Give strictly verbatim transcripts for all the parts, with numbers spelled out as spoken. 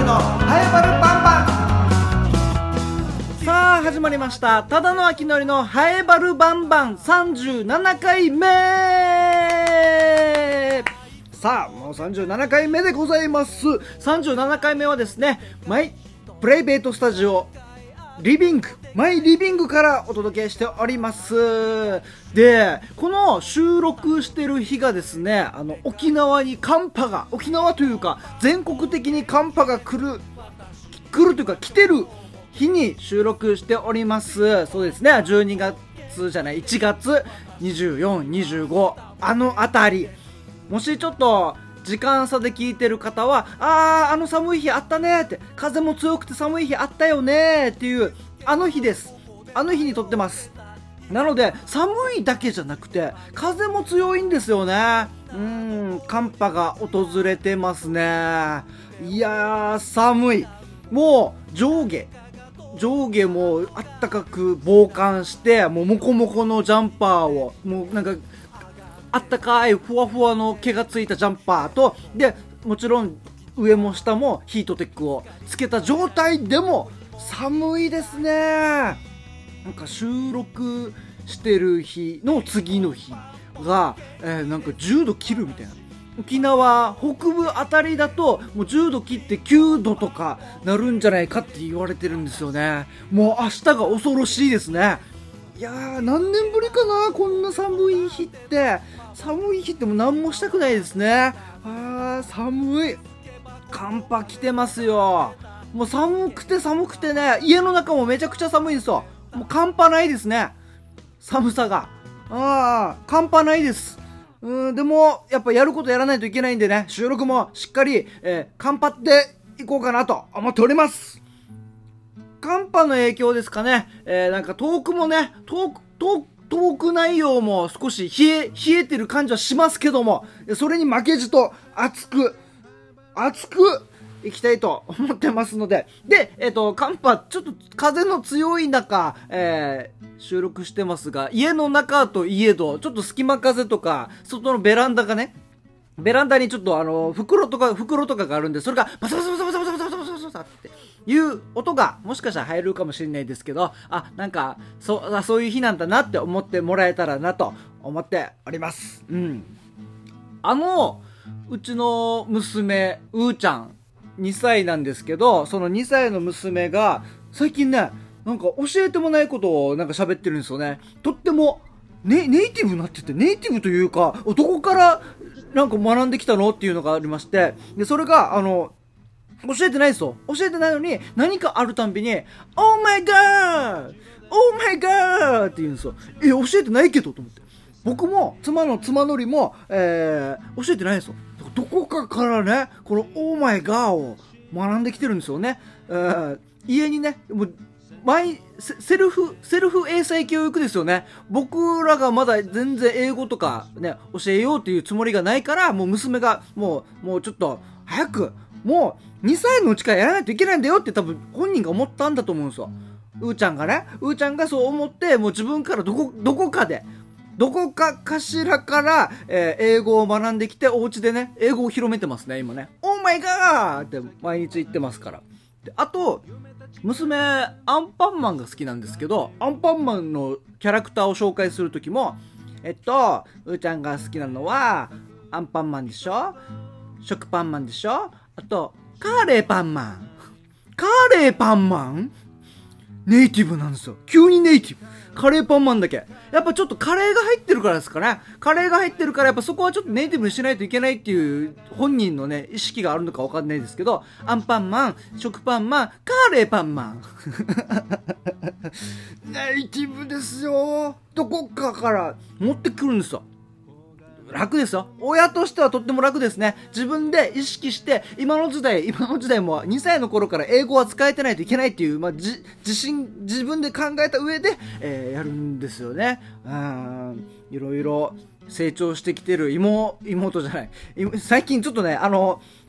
のハエバルバンバン。さあ始まりました、ただのあきのりのハエバルバンバンさんじゅうななかいめ。さあもうさんじゅうななかいめでございます。さんじゅうななかいめはですね、マイプライベートスタジオリビングマイリビングからお届けしております。で、この収録してる日がですね、あの沖縄に寒波が、沖縄というか全国的に寒波が来る来るというか来てる日に収録しております。そうですね、じゅうにがつじゃないいちがつにじゅうよっか、にじゅうご、あのあたり、もしちょっと時間差で聞いてる方は、あーあの寒い日あったねって、風も強くて寒い日あったよねっていうあの日です。あの日に撮ってます。なので寒いだけじゃなくて風も強いんですよね。うーん、寒波が訪れてますね。いやー寒い。もう上下上下もあったかく防寒して、もうモコモコのジャンパーを、もうなんかあったかいふわふわの毛がついたジャンパーと、でもちろん上も下もヒートテックをつけた状態でも寒いですね。なんか収録してる日の次の日が、えー、なんかじゅうど切るみたいな。沖縄北部あたりだともうじゅうど切ってきゅうどとかなるんじゃないかって言われてるんですよね。もう明日が恐ろしいですね。いやー何年ぶりかな、こんな寒い日って。寒い日ってもう何もしたくないですね。あー寒い、寒波来てますよ。もう寒くて寒くてね、家の中もめちゃくちゃ寒いんですよ。もう寒波ないですね、寒さが。あー寒波ないです。うん、でもやっぱやることやらないといけないんでね、収録もしっかり、えー、寒波っていこうかなと思っております。寒波の影響ですかね、えー、なんかトークもね、トークトークトーク内容も少し冷え冷えてる感じはしますけども、それに負けじと熱く熱くいきたいと思ってますので、で、えっと寒波ちょっと風の強い中、えー、収録してますが、家の中といえどちょっと隙間風とか外のベランダがね、ベランダにちょっとあの袋とか袋とかがあるんで、それがバサバサバサバサバサバサバサバサバサっていう音がもしかしたら入るかもしれないですけど、あ、なんかそそういう日なんだなって思ってもらえたらなと思っております。うん。あのうちの娘うーちゃんにさいなんですけど、そのにさいの娘が最近ね、なんか教えてもないことをなんか喋ってるんですよね。とってもネ, ネイティブになってて、ネイティブというかどこからなんか学んできたのっていうのがありまして、でそれがあの教えてないですよ。教えてないのに何かあるたんびに Oh my god! Oh my god! って言うんですよ。え、教えてないけどと思って。僕も妻の妻のりも、えー、教えてないんですよ。どこかからね、この Oh my god を学んできてるんですよね。えー、家にね、もう毎セルフセルフ英才教育ですよね。僕らがまだ全然英語とかね教えようっていうつもりがないから、もう娘がもうもうちょっと早く、もうにさいのうちからやらないといけないんだよって多分本人が思ったんだと思うんですよ。うーちゃんがね、うーちゃんがそう思って、もう自分からどこどこかでどこかかしらから、えー、英語を学んできて、お家でね英語を広めてますね今ね。オーマイガーって毎日言ってますから。で、あと娘アンパンマンが好きなんですけど、アンパンマンのキャラクターを紹介するときも、えっとうーちゃんが好きなのはアンパンマンでしょ、食パンマンでしょ、あとカーレーパンマン。カーレーパンマンネイティブなんですよ。急にネイティブ。カレーパンマンだけやっぱちょっとカレーが入ってるからですかね。カレーが入ってるからやっぱそこはちょっとネイティブにしないといけないっていう本人のね意識があるのかわかんないですけど、アンパンマン、食パンマン、カーレーパンマンネイティブですよ。どこかから持ってくるんですよ。楽ですよ。親としてはとっても楽ですね。自分で意識して、今の時代、今の時代もにさいの頃から英語は使えてないといけないっていう、まあ、じ自信、自分で考えた上で、えー、やるんですよね。うん、いろいろ成長してきてる妹、妹じゃない。最近ちょっとね、あの、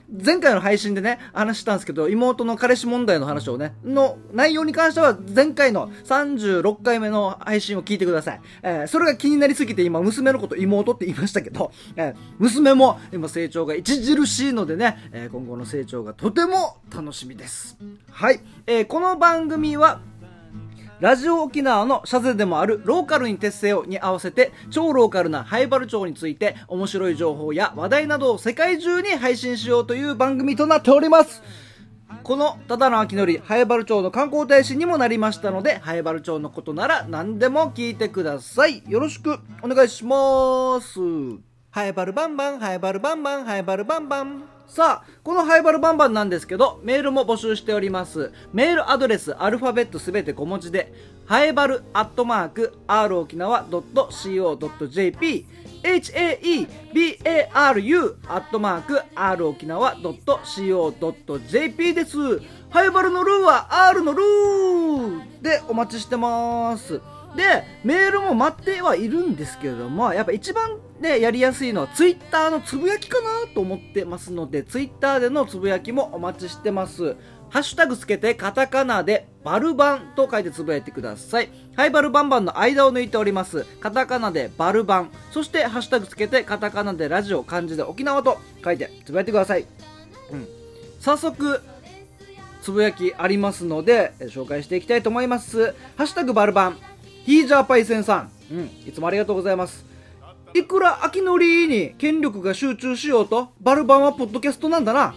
前回の配信でね話したんですけど、妹の彼氏問題の話をねの内容に関しては前回のさんじゅうろっかいめの配信を聞いてください。えー、それが気になりすぎて今娘のこと妹って言いましたけど、えー、娘も今成長が著しいのでね、えー、今後の成長がとても楽しみです。はい、えー、この番組はラジオ沖縄の社税でもあるローカルに徹せよに合わせて超ローカルな灰原町について面白い情報や話題などを世界中に配信しようという番組となっております。このただのあきのり灰原町の観光大使にもなりましたので、灰原町のことなら何でも聞いてください。よろしくお願いします。灰原バンバン灰原バンバン灰原バンバン。さあ、このハイバルバンバンなんですけど、メールも募集しております。メールアドレスアルファベットすべて小文字で、ハイバルアットマーク アール 沖縄 ドット シーオー ドット ジェーピー、ヘイチエーイービーエーアールユー アットマーク アール 沖縄 ドット シーオー ドット ジェーピー です。ハイバルのルーは R のルーでお待ちしてます。で、メールも待ってはいるんですけれども、やっぱ一番ね、やりやすいのはツイッターのつぶやきかなと思ってますので、ツイッターでのつぶやきもお待ちしてます。ハッシュタグつけてカタカナでバルバンと書いてつぶやいてください。ハイバルバンバンの間を抜いております。カタカナでバルバン、そしてハッシュタグつけてカタカナでラジオ、漢字で沖縄と書いてつぶやいてください。うん、早速つぶやきありますので紹介していきたいと思います。ハッシュタグバルバン、ヒージャーパイセンさん、うん、いつもありがとうございます。いくら秋のりに権力が集中しようとバルバンはポッドキャストなんだな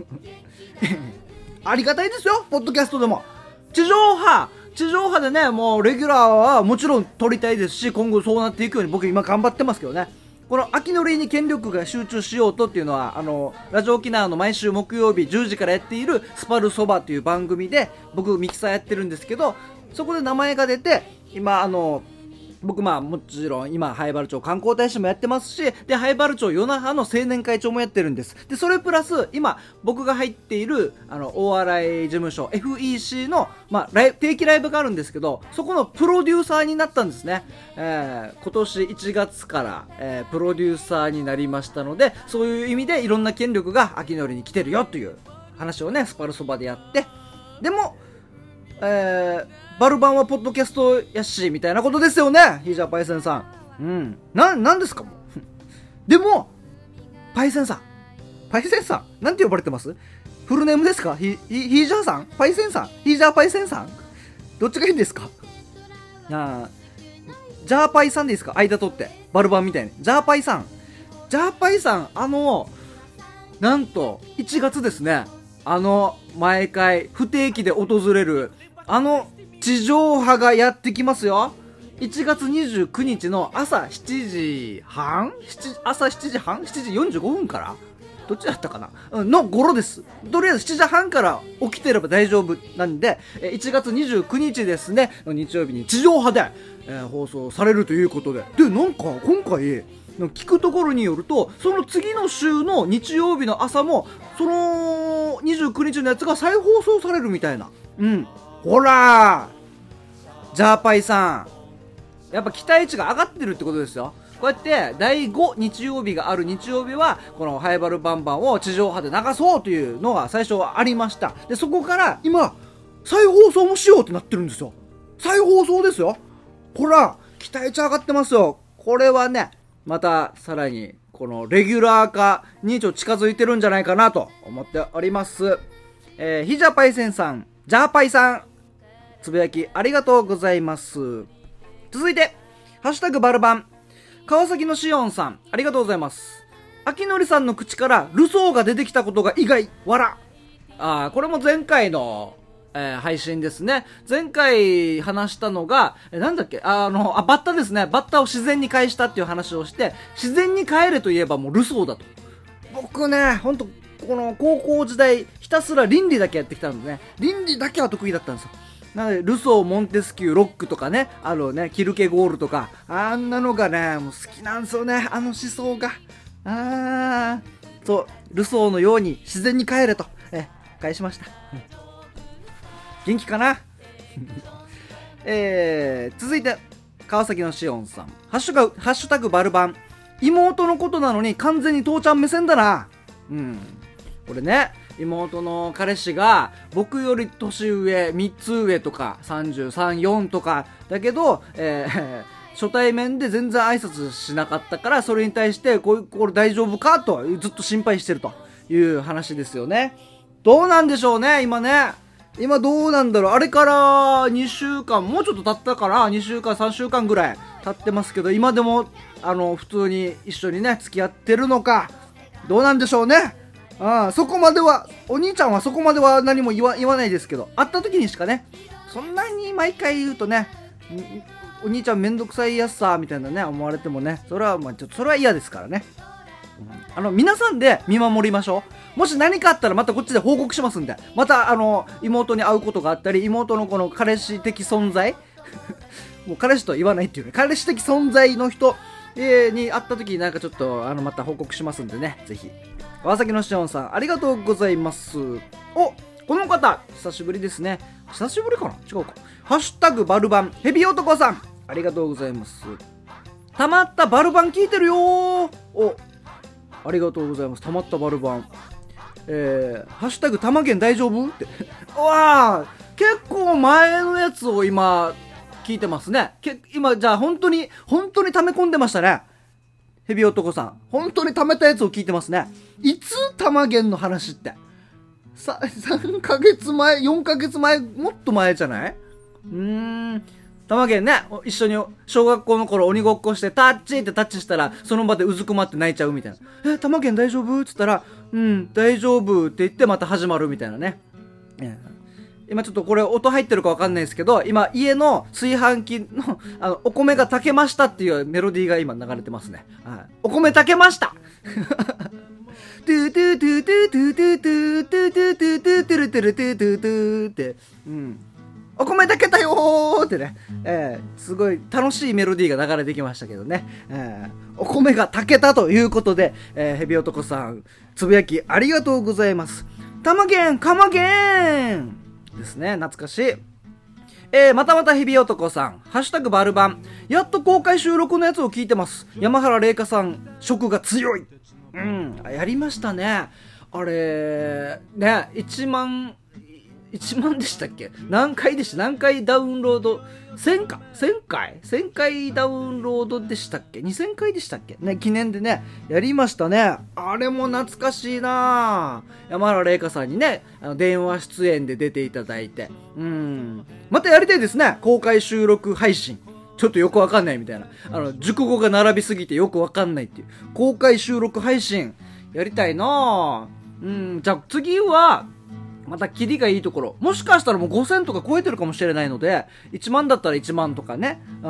ありがたいですよ。ポッドキャストでも地上波地上波でね、もうレギュラーはもちろん取りたいですし、今後そうなっていくように僕今頑張ってますけどね。この秋のりに権力が集中しようとっていうのは、あのラジオ沖縄の毎週木曜日じゅうじからやっているスパルそばという番組で僕ミキサーやってるんですけど、そこで名前が出て、今あの僕まあもちろん今灰原町観光大使もやってますし、で灰原町与那覇の青年会長もやってるんです。でそれプラス今僕が入っているあの大洗事務所 エフイーシー の、まあ、ライ定期ライブがあるんですけど、そこのプロデューサーになったんですね。えー、今年いちがつから、えー、プロデューサーになりましたので、そういう意味でいろんな権力が秋のりに来てるよという話をねスパルそばでやって、でもえー、バルバンはポッドキャストやしみたいなことですよね、ヒージャーパイセンさん。うん、な、なんですかもでもパイセンさんパイセンさんなんて呼ばれてます？フルネームですか？ヒ、ヒ、ヒージャーさんパイセンさんヒージャーパイセンさんどっちがいいんですか？あジャーパイさんでいいですか？間取ってバルバンみたいにジャーパイさんジャーパイさん、あのなんといちがつですね、あの毎回不定期で訪れるあの地上波がやってきますよ。いちがつにじゅうくにちの朝しちじはん朝しちじはんしちじよんじゅうごふんからどっちだったかな、うん、の頃です。とりあえずしちじはんから起きてれば大丈夫なんで、いちがつにじゅうくにちですねの日曜日に地上波で、えー、放送されるということで、でなんか今回聞くところによると、その次の週の日曜日の朝もそのにじゅうくにちのやつが再放送されるみたいな。うん、ほらージャーパイさん、やっぱ期待値が上がってるってことですよ。こうやってだいご日曜日がある日曜日はこのハイバルバンバンを地上波で流そうというのが最初はありました。でそこから今再放送もしようってなってるんですよ。再放送ですよ。ほら期待値上がってますよ。これはねまたさらにこのレギュラー化にちょっと近づいてるんじゃないかなと思っております。えー、ヒジャパイセンさん、ジャーパイさん、つぶやきありがとうございます。続いてハッシュタグバルバン、川崎のしおんさん、ありがとうございます。秋のりさんの口からルソーが出てきたことが意外、わら。あー、これも前回の、えー、配信ですね。前回話したのが、えー、なんだっけ、あの、あ、バッタですね。バッタを自然に返したっていう話をして、自然に帰れといえばもうルソーだと。僕ね、ほんと、この高校時代、ひたすら倫理だけやってきたんですね。倫理だけは得意だったんですよ。なので、ルソー、モンテスキュー、ロックとかね、あのね、キルケゴールとか、あんなのがね、もう好きなんですよね、あの思想が。あー、そう、ルソーのように自然に帰れと、え、返しました。うん、元気かなえー、続いて、川崎のしおんさん。ハッシュタグ、ハッシュタグバルバン。妹のことなのに完全に父ちゃん目線だな。うん。 俺ね、妹の彼氏が僕より年上みっつ上とかさんじゅうさん、よんとかだけど、えー、初対面で全然挨拶しなかったから、それに対してこうこれ大丈夫かとずっと心配してるという話ですよね。どうなんでしょうね今ね。今どうなんだろう。あれからにしゅうかん、もうちょっと経ったからにしゅうかんさんしゅうかんぐらい経ってますけど、今でもあの普通に一緒にね付き合ってるのかどうなんでしょうね。ああ、そこまではお兄ちゃんはそこまでは何も言わ、言わないですけど、会った時にしかね、そんなに毎回言うとね、お兄ちゃんめんどくさいやつさみたいなね思われてもね、それはまあちょっとそれは嫌ですからね。あの皆さんで見守りましょう。もし何かあったらまたこっちで報告しますんで、またあの妹に会うことがあったり、妹のこの彼氏的存在もう彼氏とは言わないっていうね、彼氏的存在の人、えー、に会った時になんかちょっとあのまた報告しますんでね、ぜひ。川崎のしおんさんありがとうございます。お、この方久しぶりですね。久しぶりかな、違うか。ハッシュタグバルバンヘビ男さんありがとうございます。たまったバルバン聞いてるよー。お、ありがとうございます。たまったバルバン、えー、ハッシュタグたまげん大丈夫ってうわー、結構前のやつを今聞いてますね。け今じゃあ本当に本当に溜め込んでましたね。ヘビ男さん本当に溜めたやつを聞いてますね。いつたまげんの話ってささんかげつまえよんかげつまえ、もっと前じゃない？うーん、たまげんね、一緒に小学校の頃鬼ごっこしてタッチってタッチしたらその場でうずくまって泣いちゃうみたいな。え、たまげん大丈夫っつったら、うん大丈夫って言ってまた始まるみたいなね。今ちょっとこれ音入ってるかわかんないですけど、今家の炊飯器のあのお米が炊けましたっていうメロディーが今流れてますね。はい、お米炊けましたトゥトゥトゥトゥトゥトゥトゥトゥトゥトゥトゥトゥルトゥルトゥトゥトゥって、うん、お米炊けたよーってね、えー、すごい楽しいメロディーが流れてきましたけどね、えー、お米が炊けたということで、えー、ヘビ男さんつぶやきありがとうございます。たまげんかまげんですね、懐かしい。えー、またまたヘビ男さんハッシュタグバルバン、やっと公開収録のやつを聞いてます。山原玲香さん色が強い。うん、やりましたねあれね。いちまんいちまんでしたっけ、何回でした、何回ダウンロード、せんかせんかいせんかいダウンロードでしたっけ、にせんかいでしたっけね、記念でねやりましたね。あれも懐かしいな。山原玲香さんにねあの電話出演で出ていただいて、うん、またやりたいですね、公開収録配信。ちょっとよくわかんないみたいな、あの熟語が並びすぎてよくわかんないっていう公開収録配信やりたいな。うん、じゃあ次はまたキリがいいところ、もしかしたらもうごせんとか超えてるかもしれないので、いちまんだったらいちまんとかね。うん。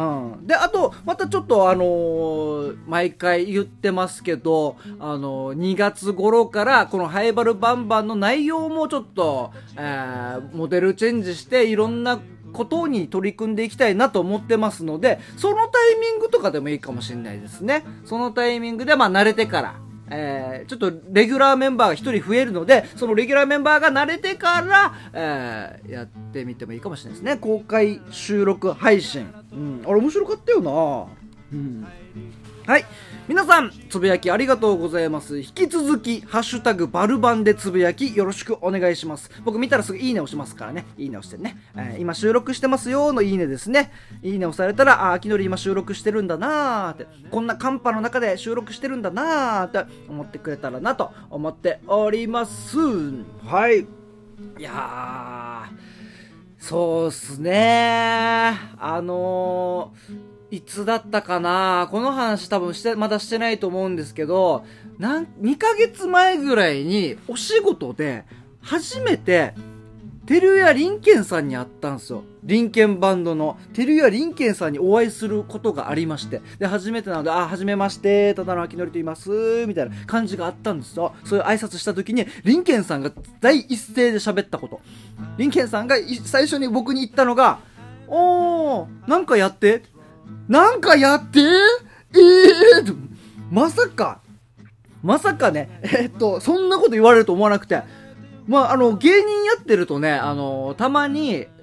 で、あと、またちょっとあのー、毎回言ってますけど、あのー、にがつ頃からこのハイバルバンバンの内容もちょっと、えー、モデルチェンジしていろんなことに取り組んでいきたいなと思ってますので、そのタイミングとかでもいいかもしれないですね。そのタイミングで、まあ慣れてから、えー、ちょっとレギュラーメンバーがひとり増えるので、そのレギュラーメンバーが慣れてから、えー、やってみてもいいかもしれないですね。公開収録配信、うん、あれ面白かったよな。うん、はい、皆さんつぶやきありがとうございます。引き続きハッシュタグバルバンでつぶやきよろしくお願いします。僕見たらすぐいいね押しますからね。いいね押してね、えー、今収録してますよのいいねですね。いいね押されたら、あ、秋のり今収録してるんだなーって、こんな寒波の中で収録してるんだなーって思ってくれたらなと思っております。はい、いやー、そうっすね、あのーいつだったかな、この話多分してまだしてないと思うんですけど、なんにかげつまえぐらいにお仕事で初めて照屋林健さんに会ったんですよ。林健バンドの照屋林健さんにお会いすることがありまして、で初めてなので、あ、はじめまして、ただの秋のりと言いますみたいな感じがあったんですよ。そういう挨拶した時に林健さんが第一声で喋ったこと、林健さんが最初に僕に言ったのが、おー、なんかやってなんかやってええー、まさかまさかね、えー、っとそんなこと言われると思わなくて、まああの芸人やってるとね、あのたまに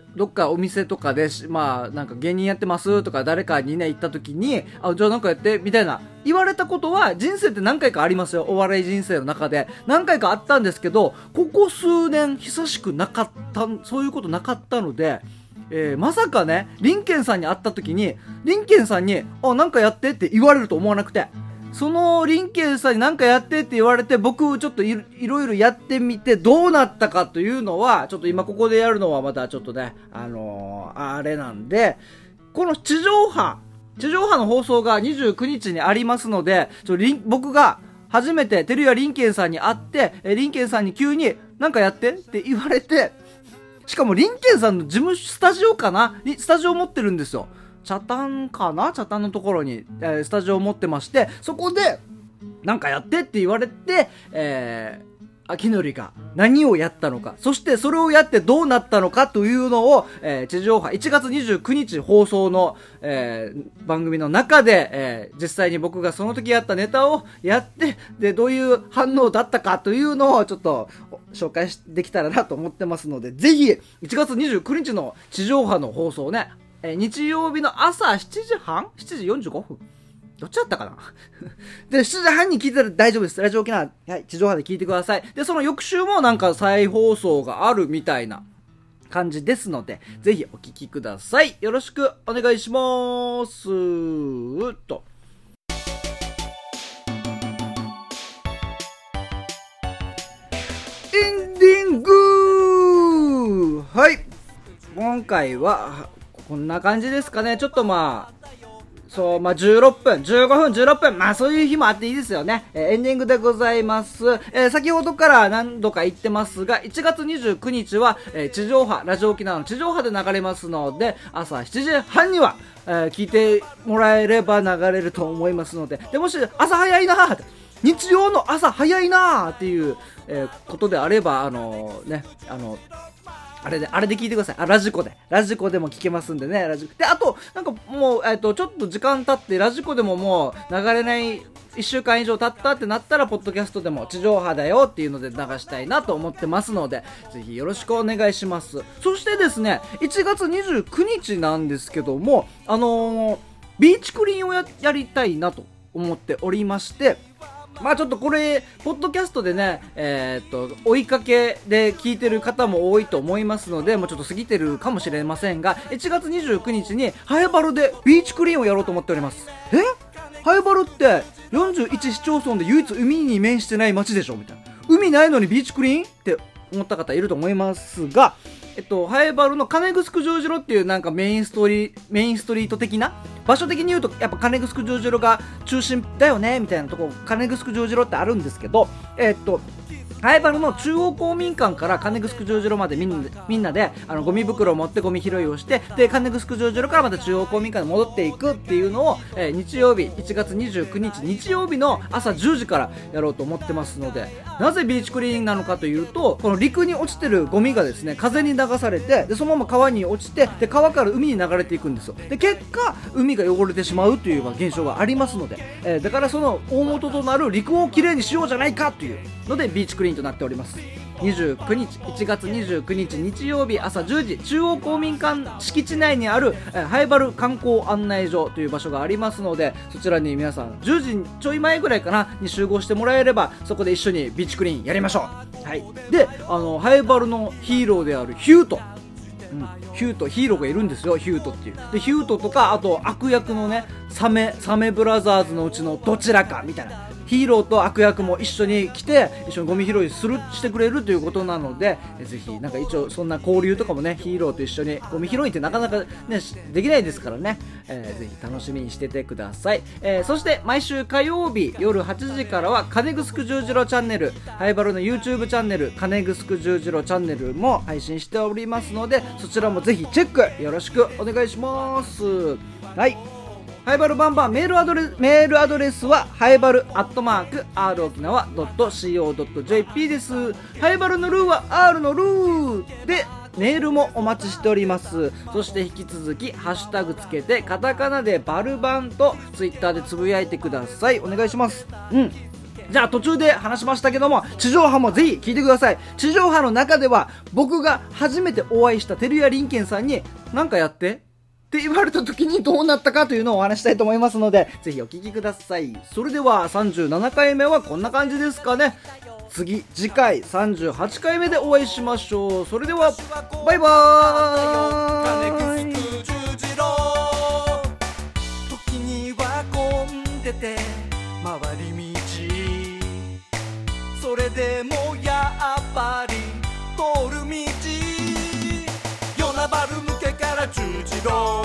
どっかお店とかでまあなんか芸人やってますとか誰かにね言った時に、あじゃあなんかやってみたいな言われたことは人生って何回かありますよ。お笑い人生の中で何回かあったんですけど、ここ数年久しくなかった、そういうことなかったので、えー、まさかねリンケンさんに会った時にリンケンさんにあなんかやってって言われると思わなくて、そのリンケンさんに何かやってって言われて僕ちょっと い, いろいろやってみてどうなったかというのはちょっと今ここでやるのはまたちょっとねあのー、あれなんで、この地上波地上波の放送がにじゅうくにちにありますので、ちょリン僕が初めて照屋リンケンさんに会ってえリンケンさんに急に何かやってって言われて、しかもリンケンさんの事務スタジオかなスタジオ持ってるんですよ。茶炭かな茶炭のところに、えー、スタジオを持ってまして、そこでなんかやってって言われて、えー、秋典が何をやったのか、そしてそれをやってどうなったのかというのを、えー、地上波いちがつにじゅうくにち放送の、えー、番組の中で、えー、実際に僕がその時やったネタをやって、でどういう反応だったかというのをちょっと紹介できたらなと思ってますので、ぜひいちがつにじゅうくにちの地上波の放送ね、えー、日曜日の朝しちじはん ?しちじよんじゅうごふんどっちだったかなで、しちじはんに聞いたら大丈夫です。ラジオ沖縄、はい、地上波で聞いてください。で、その翌週もなんか再放送があるみたいな感じですので、ぜひお聞きください。よろしくお願いしますと。エンディングはい。今回はこんな感じですかね。ちょっとまあそうまあじゅうろっぷんじゅうごふんじゅうろっぷん、まあそういう日もあっていいですよね。えー、エンディングでございます。えー、先ほどから何度か言ってますが、いちがつにじゅうくにちは、えー、地上波ラジオ沖縄の地上波で流れますので、朝しちじはんには、えー、聞いてもらえれば流れると思いますので、でもし朝早いなー日曜の朝早いなーっていう、えー、ことであればあのー、ねあのあれで、あれで聞いてください。あ、ラジコで。ラジコでも聞けますんでね。ラジコ。で、あと、なんかもう、えっと、ちょっと時間経って、ラジコでももう流れないいっしゅうかん以上経ったってなったら、ポッドキャストでも地上波だよっていうので流したいなと思ってますので、ぜひよろしくお願いします。そしてですね、いちがつにじゅうくにちなんですけども、あのー、ビーチクリーンを や, やりたいなと思っておりまして、まあちょっとこれポッドキャストでねえー、っと追いかけで聞いてる方も多いと思いますので、もうちょっと過ぎてるかもしれませんが、いちがつにじゅうくにちにハエバルでビーチクリーンをやろうと思っております。えハエバルってよんじゅういち市町村で唯一海に面してない町でしょみたいな、海ないのにビーチクリーンって思った方いると思いますが、えっと、ハエバルの金城城城っていうなんかメインストリーメインストリート的な場所的に言うとやっぱ金城城城が中心だよねみたいなとこ金城城城ってあるんですけど、えっとハエバルの中央公民館から金城城城までみんなでみんなであのゴミ袋を持ってゴミ拾いをして、で金城城城からまた中央公民館に戻っていくっていうのを、えー、日曜日いちがつにじゅうくにち日曜日の朝じゅうじからやろうと思ってますので、なぜビーチクリーンなのかというと、この陸に落ちてるゴミがですね風に流されて、でそのまま川に落ちて、で川から海に流れていくんですよ。で結果海が汚れてしまうという現象がありますので、えー、だからその大元となる陸をきれいにしようじゃないかというのでビーチクリーンとなっております。にじゅうくにちいちがつにじゅうくにち日曜日朝じゅうじ、中央公民館敷地内にあるハエバル観光案内所という場所がありますので、そちらに皆さんじゅうじちょい前ぐらいかなに集合してもらえれば、そこで一緒にビーチクリーンやりましょう。はい。で、あのハエバルのヒーローであるヒュート、うん、ヒュートヒーローがいるんですよ。ヒュートっていうでヒュートとか、あと悪役のねサメサメブラザーズのうちのどちらかみたいな、ヒーローと悪役も一緒に来て一緒にゴミ拾いするしてくれるということなので、ぜひなんか一応そんな交流とかもね、ヒーローと一緒にゴミ拾いってなかなかねできないですからね、えー、ぜひ楽しみにしててください。えー、そして毎週火曜日夜はちじからは金城十字路チャンネル、ハイバルの YouTube チャンネル金城十字路チャンネルも配信しておりますので、そちらもぜひチェックよろしくお願いします。はい。ハイバルバンバンメールアドレスメールアドレスはハイバルアットマーク r 沖縄 ドット シーオー ドット ジェーピー です。ハイバルのルーは R のルーでメールもお待ちしております。そして引き続きハッシュタグつけてカタカナでバルバンとツイッターでつぶやいてください。お願いします。うんじゃあ途中で話しましたけども、地上波もぜひ聞いてください。地上波の中では僕が初めてお会いした照屋林健さんになんかやってって言われた時にどうなったかというのをお話したいと思いますので、ぜひお聞きください。それではさんじゅうななかいめはこんな感じですかね。次次回さんじゅうはちかいめでお会いしましょう。それではバイバーイ。 時には混んでて回り道、それでもやっぱり通る道、与那原向けから十字路